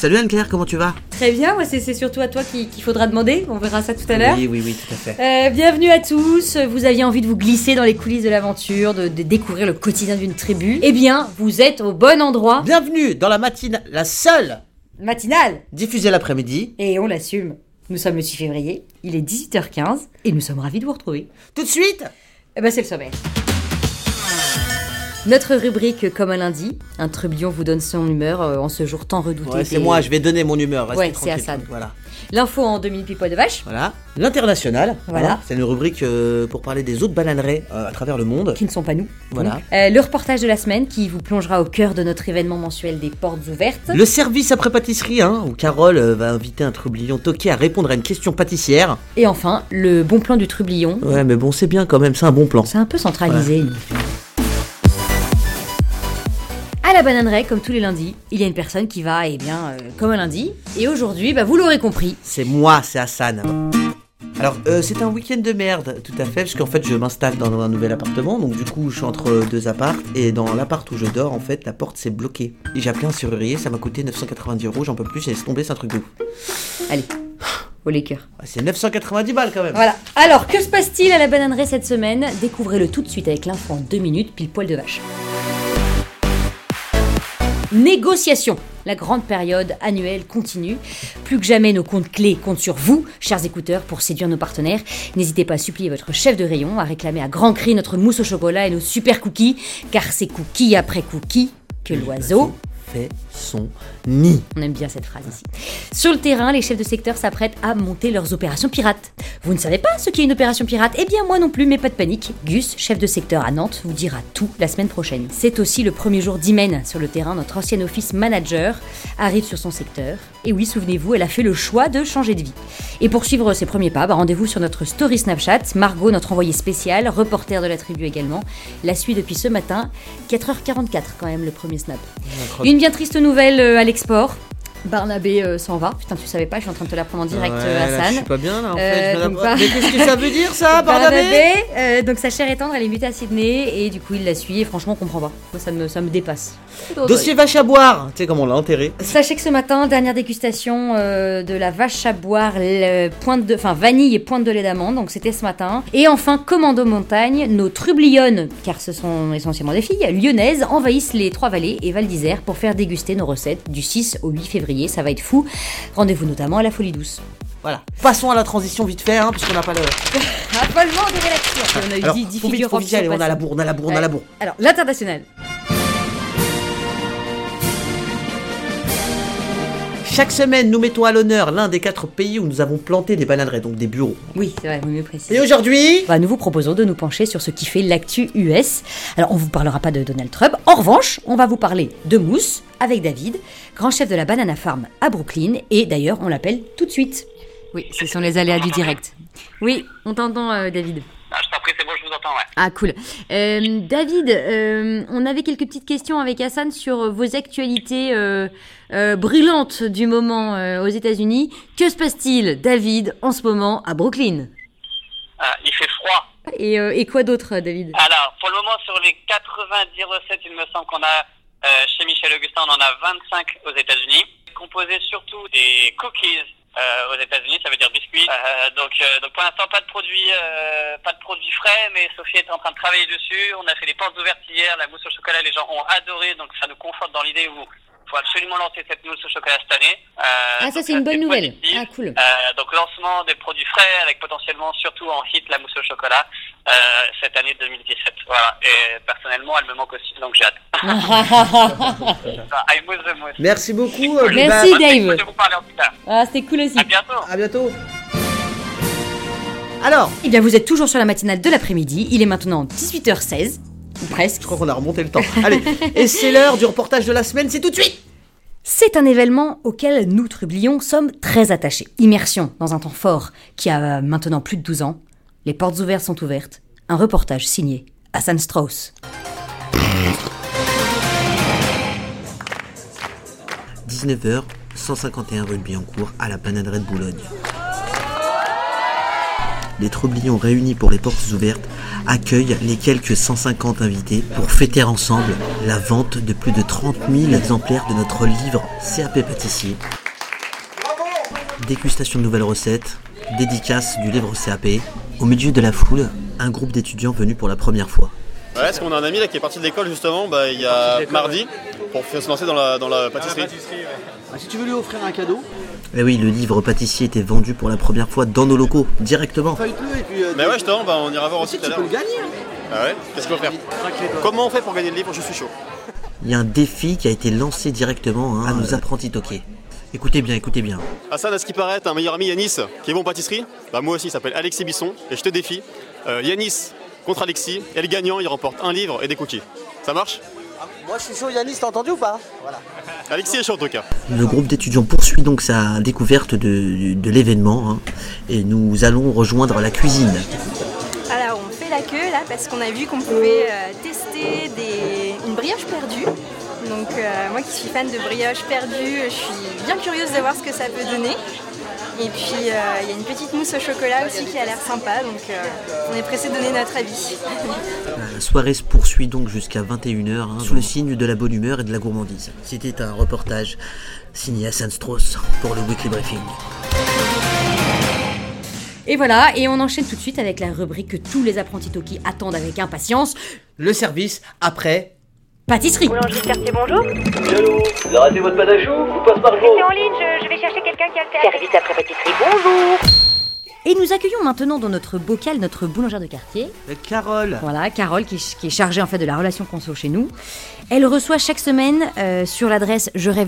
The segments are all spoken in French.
Salut Anne-Claire, comment tu vas? Très bien, moi c'est surtout à toi qu'il faudra demander, on verra ça tout à l'heure. Oui, tout à fait. Bienvenue à tous, vous aviez envie de vous glisser dans les coulisses de l'aventure, de découvrir le quotidien d'une tribu. Eh bien, vous êtes au bon endroit. Bienvenue dans la matinale, la seule Matinale. diffusée l'après-midi. Et on l'assume, nous sommes le 6 février, il est 18h15 et nous sommes ravis de vous retrouver. Tout de suite. Eh ben c'est le sommaire. Notre rubrique comme un lundi, un trublion vous donne son humeur en ce jour tant redouté. Ouais, c'est moi, je vais donner mon humeur, restez Ouais, tranquille. c'est Hassan. Voilà. L'info en 2 minutes puis poil de vache. Voilà. L'international. Voilà. C'est une rubrique pour parler des autres bananeraies à travers le monde. Qui ne sont pas nous. Voilà. Le reportage de la semaine qui vous plongera au cœur de notre événement mensuel des portes ouvertes. Le service après pâtisserie, où Carole va inviter un trublion toqué à répondre à une question pâtissière. Et enfin, le bon plan du trublion. Ouais, mais bon, c'est bien quand même, c'est un bon plan. C'est un peu centralisé. Ouais. À la bananeraie, comme tous les lundis, il y a une personne qui va, comme un lundi. Et aujourd'hui, vous l'aurez compris. C'est moi, c'est Hassan. Alors, c'est un week-end de merde, tout à fait, parce qu'en fait, je m'installe dans un nouvel appartement, donc du coup, je suis entre deux apparts, et dans l'appart où je dors, en fait, la porte s'est bloquée. Et j'ai appelé un serrurier, ça m'a coûté 990 €, j'en peux plus, j'ai laissé tomber, c'est un truc de ouf. Allez, au les cœurs. C'est 990 balles quand même. Voilà. Alors, que se passe-t-il à la bananeraie cette semaine? Découvrez-le tout de suite avec l'info en 2 minutes, puis le poil de vache. Négociation. La grande période annuelle continue. Plus que jamais, nos comptes clés comptent sur vous, chers écouteurs, pour séduire nos partenaires. N'hésitez pas à supplier votre chef de rayon, à réclamer à grands cris notre mousse au chocolat et nos super cookies, car c'est cookie après cookie que l'oiseau fait son nid. On aime bien cette phrase ici. Sur le terrain, les chefs de secteur s'apprêtent à monter leurs opérations pirates. Vous ne savez pas ce qu'est une opération pirate? Eh bien moi non plus, mais pas de panique. Gus, chef de secteur à Nantes, vous dira tout la semaine prochaine. C'est aussi le premier jour d'Imen sur le terrain. Notre ancien office manager arrive sur son secteur. Et oui, souvenez-vous, elle a fait le choix de changer de vie. Et pour suivre ses premiers pas, rendez-vous sur notre story Snapchat. Margot, notre envoyée spéciale, reporter de la tribu également, la suit depuis ce matin. 4h44 quand même le premier snap. Une bien triste nouvelle à l'export. Barnabé s'en va. Putain, tu savais pas, je suis en train de te l'apprendre en direct, Hassan. Là, je suis pas bien là en fait. donc Mais qu'est-ce que ça veut dire ça, Barnabé? Donc sa chère et tendre, elle est mutée à Sydney et du coup il la suit et franchement on comprend pas. Moi ça me dépasse. Dossier vache à boire. Tu sais comment on l'a enterré. Sachez que ce matin, dernière dégustation de la vache à boire, vanille et pointe de lait d'amande. Donc c'était ce matin. Et enfin, commando montagne, nos trublionnes, car ce sont essentiellement des filles, lyonnaises, envahissent les Trois-Vallées et Val d'Isère pour faire déguster nos recettes du 6 au 8 février. Ça va être fou. Rendez-vous notamment à la Folie Douce. Voilà. Passons à la transition vite fait, puisqu'on n'a pas le... pas le vent de réaction. On a eu Alors, 10 faut figures vite, allez, on a la bourre. Alors, l'international. Chaque semaine, nous mettons à l'honneur l'un des 4 pays où nous avons planté des bananeraies, donc des bureaux. Oui, c'est vrai, vous mieux préciser. Et aujourd'hui, nous vous proposons de nous pencher sur ce qui fait l'actu US. Alors, on vous parlera pas de Donald Trump. En revanche, on va vous parler de mousse avec David, grand chef de la Banana Farm à Brooklyn. Et d'ailleurs, on l'appelle tout de suite. Oui, ce sont les aléas du direct. Oui, on t'entend, David. Je t'en prie, c'est bon, je vous entends, ouais. Ah, cool. David, on avait quelques petites questions avec Hassan sur vos actualités brûlantes du moment aux États-Unis. Que se passe-t-il, David, en ce moment à Brooklyn? Il fait froid. Et quoi d'autre, David? Alors, pour le moment, sur les 90 recettes, il me semble qu'on a, chez Michel Augustin, on en a 25 aux États-Unis. Composé surtout des cookies aux États-Unis, ça veut dire biscuits. Donc pour l'instant, pas de produits frais, mais Sophie est en train de travailler dessus. On a fait les portes ouvertes hier, la mousse au chocolat, les gens ont adoré, donc ça nous conforte dans l'idée où il faut absolument lancer cette mousse au chocolat cette année. Ça c'est une bonne nouvelle. Positif. Ah, cool. Donc lancement des produits frais avec potentiellement surtout en hit la mousse au chocolat cette année 2017. Voilà. Et personnellement, elle me manque aussi, donc j'ai hâte. I mousse the mousse. merci beaucoup. Merci, Dave. Je vais vous parler en tout cas. Ah, c'était cool aussi. À bientôt. À bientôt. Alors, Eh bien, vous êtes toujours sur la matinale de l'après-midi. Il est maintenant 18h16. Ou presque. je crois qu'on a remonté le temps. Allez, et c'est l'heure du reportage de la semaine, c'est tout de suite. C'est un événement auquel nous, Trublions, sommes très attachés. Immersion dans un temps fort qui a maintenant plus de 12 ans. Les portes ouvertes sont ouvertes. Un reportage signé Hassan Strauss. 19h, 151 rue de Billancourt, à la bananerie de Boulogne. les Trublions réunis pour les portes ouvertes accueillent les quelques 150 invités pour fêter ensemble la vente de plus de 30 000 exemplaires de notre livre CAP pâtissier. Dégustation de nouvelles recettes, dédicace du livre CAP. Au milieu de la foule, un groupe d'étudiants venus pour la première fois. Ouais, parce qu'on a un ami là qui est parti de l'école justement, il y a mardi, pour se lancer dans la pâtisserie. Si tu veux lui offrir un cadeau. Eh oui, le livre pâtissier était vendu pour la première fois dans nos locaux, directement. Feuille-le et puis. Mais ouais, justement, on ira voir aussi tout à l'heure. Tu peux le gagner. Ah ouais. Qu'est-ce qu'on va faire? Comment on fait pour gagner le livre? Je suis chaud. Il y a un défi qui a été lancé directement à nos apprentis toqués. Écoutez bien. Hassan, à ce qui paraît, t'as un meilleur ami Yanis qui est bon en pâtisserie. Moi aussi, il s'appelle Alexis Bisson et je te défie. Yanis contre Alexis, et le gagnant, il remporte un livre et des cookies. Ça marche? Moi je suis chaud, Yanis, t'as entendu ou pas? Voilà. Alexis est chaud en tout cas. Le groupe d'étudiants poursuit donc sa découverte de l'événement et nous allons rejoindre la cuisine. Alors on fait la queue là parce qu'on a vu qu'on pouvait tester une brioche perdue. Donc moi qui suis fan de brioche perdue, je suis bien curieuse de voir ce que ça peut donner. Et puis il y a une petite mousse au chocolat aussi qui a l'air sympa, donc on est pressé de donner notre avis. La soirée se poursuit donc jusqu'à 21h sous le signe de la bonne humeur et de la gourmandise. C'était un reportage signé Hassan Strauss pour le Weekly Briefing. Et voilà, et on enchaîne tout de suite avec la rubrique que tous les apprentis Toki attendent avec impatience. Le service après Pâtisserie. Boulangerie Cartier, bonjour. Allô, vous avez raté votre pâte à choux ou passe par jour? Restez en ligne, je vais chercher quelqu'un qui a le service après pâtisserie, bonjour. Et nous accueillons maintenant dans notre bocal notre boulangère de quartier. Carole. Voilà, Carole qui est chargée en fait de la relation conso chez nous. Elle reçoit chaque semaine sur l'adresse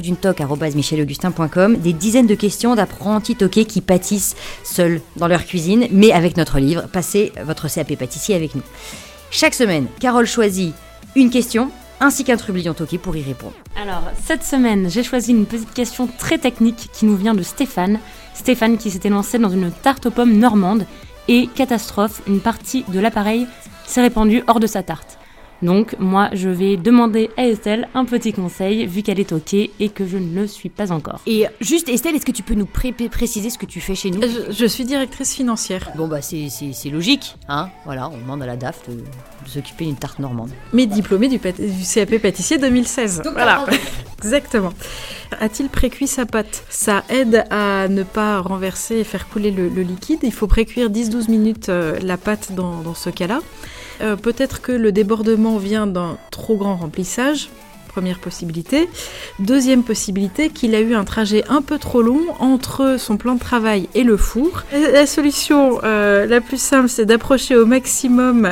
jerêvedunetoc@michelaugustin.com des dizaines de questions d'apprentis toqués qui pâtissent seuls dans leur cuisine, mais avec notre livre. Passez votre CAP pâtissier avec nous. Chaque semaine, Carole choisit une question ainsi qu'un trublion toqué pour y répondre. Alors, cette semaine, j'ai choisi une petite question très technique qui nous vient de Stéphane. Stéphane qui s'était lancé dans une tarte aux pommes normande et, catastrophe, une partie de l'appareil s'est répandue hors de sa tarte. Donc, moi, je vais demander à Estelle un petit conseil, vu qu'elle est toquée et que je ne le suis pas encore. Et juste, Estelle, est-ce que tu peux nous préciser ce que tu fais chez nous ? Je suis directrice financière. Bon, bah, c'est logique, hein. Voilà, on demande à la DAF de s'occuper d'une tarte normande. Mais diplômée du CAP pâtissier 2016. Donc, voilà, exactement. A-t-il précuit sa pâte ? Ça aide à ne pas renverser et faire couler le liquide. Il faut précuire 10-12 minutes la pâte dans ce cas-là. Peut-être que le débordement vient d'un trop grand remplissage, première possibilité. Deuxième possibilité, qu'il a eu un trajet un peu trop long entre son plan de travail et le four. La solution la plus simple, c'est d'approcher au maximum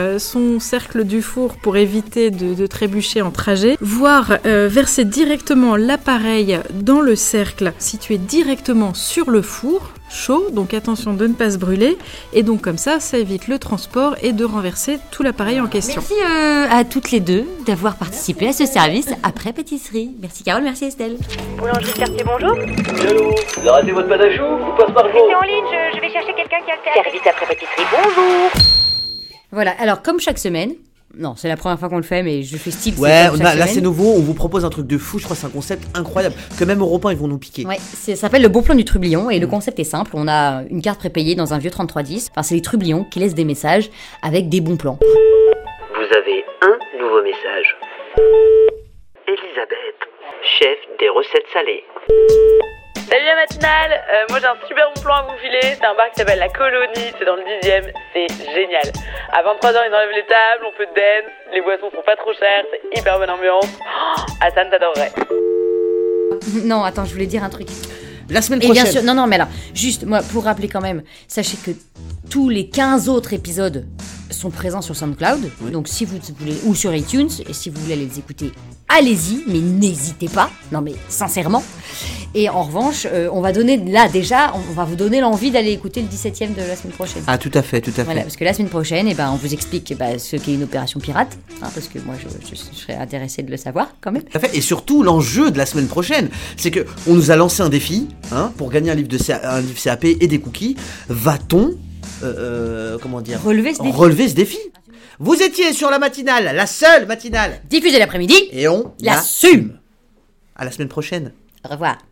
son cercle du four pour éviter de trébucher en trajet, voire verser directement l'appareil dans le cercle situé directement sur le four, chaud, donc attention de ne pas se brûler, et donc comme ça évite le transport et de renverser tout l'appareil en question. Merci à toutes les deux d'avoir participé à ce service après pâtisserie. Merci Carole, merci Estelle. Boulangerie Cartier, bonjour. Allô, vous avez raté votre pâte à choux ou passe par jour? Restez en ligne, je vais chercher quelqu'un qui a le service après pâtisserie, bonjour. Voilà, alors comme chaque semaine, non, c'est la première fois qu'on le fait, mais je fais style. Ouais, là c'est nouveau, on vous propose un truc de fou, je crois que c'est un concept incroyable, que même Europe 1 ils vont nous piquer. Ouais, ça s'appelle le bon plan du trublion, et le concept est simple, on a une carte prépayée dans un vieux 3310, enfin c'est les trublions qui laissent des messages avec des bons plans. Vous avez un nouveau message. Elisabeth, chef des recettes salées. Salut la matinale, moi j'ai un super bon plan à vous filer, c'est un bar qui s'appelle La Colonie, c'est dans le 10e, c'est génial. À 23h ils enlèvent les tables, on peut dance, les boissons sont pas trop chères, c'est hyper bonne ambiance. Hassan t'adorerait. Non, attends, je voulais dire un truc. La semaine prochaine. Et bien sûr, non mais là, juste moi pour rappeler quand même, sachez que tous les 15 autres épisodes sont présents sur SoundCloud, oui. Donc si vous voulez, ou sur iTunes, et si vous voulez les écouter, allez-y, mais n'hésitez pas, non mais sincèrement. Et en revanche, on va donner, là déjà, on va vous donner l'envie d'aller écouter le 17e de la semaine prochaine. Ah tout à fait. Voilà, parce que la semaine prochaine, on vous explique ce qu'est une opération pirate, hein, parce que moi je serais intéressée de le savoir quand même. Tout à fait, et surtout l'enjeu de la semaine prochaine, c'est que on nous a lancé un défi, hein, pour gagner un livre CAP et des cookies. Va-t-on relever ce défi. Vous étiez sur la matinale, la seule matinale diffusée l'après-midi, et on l'assume. À la semaine prochaine. Au revoir.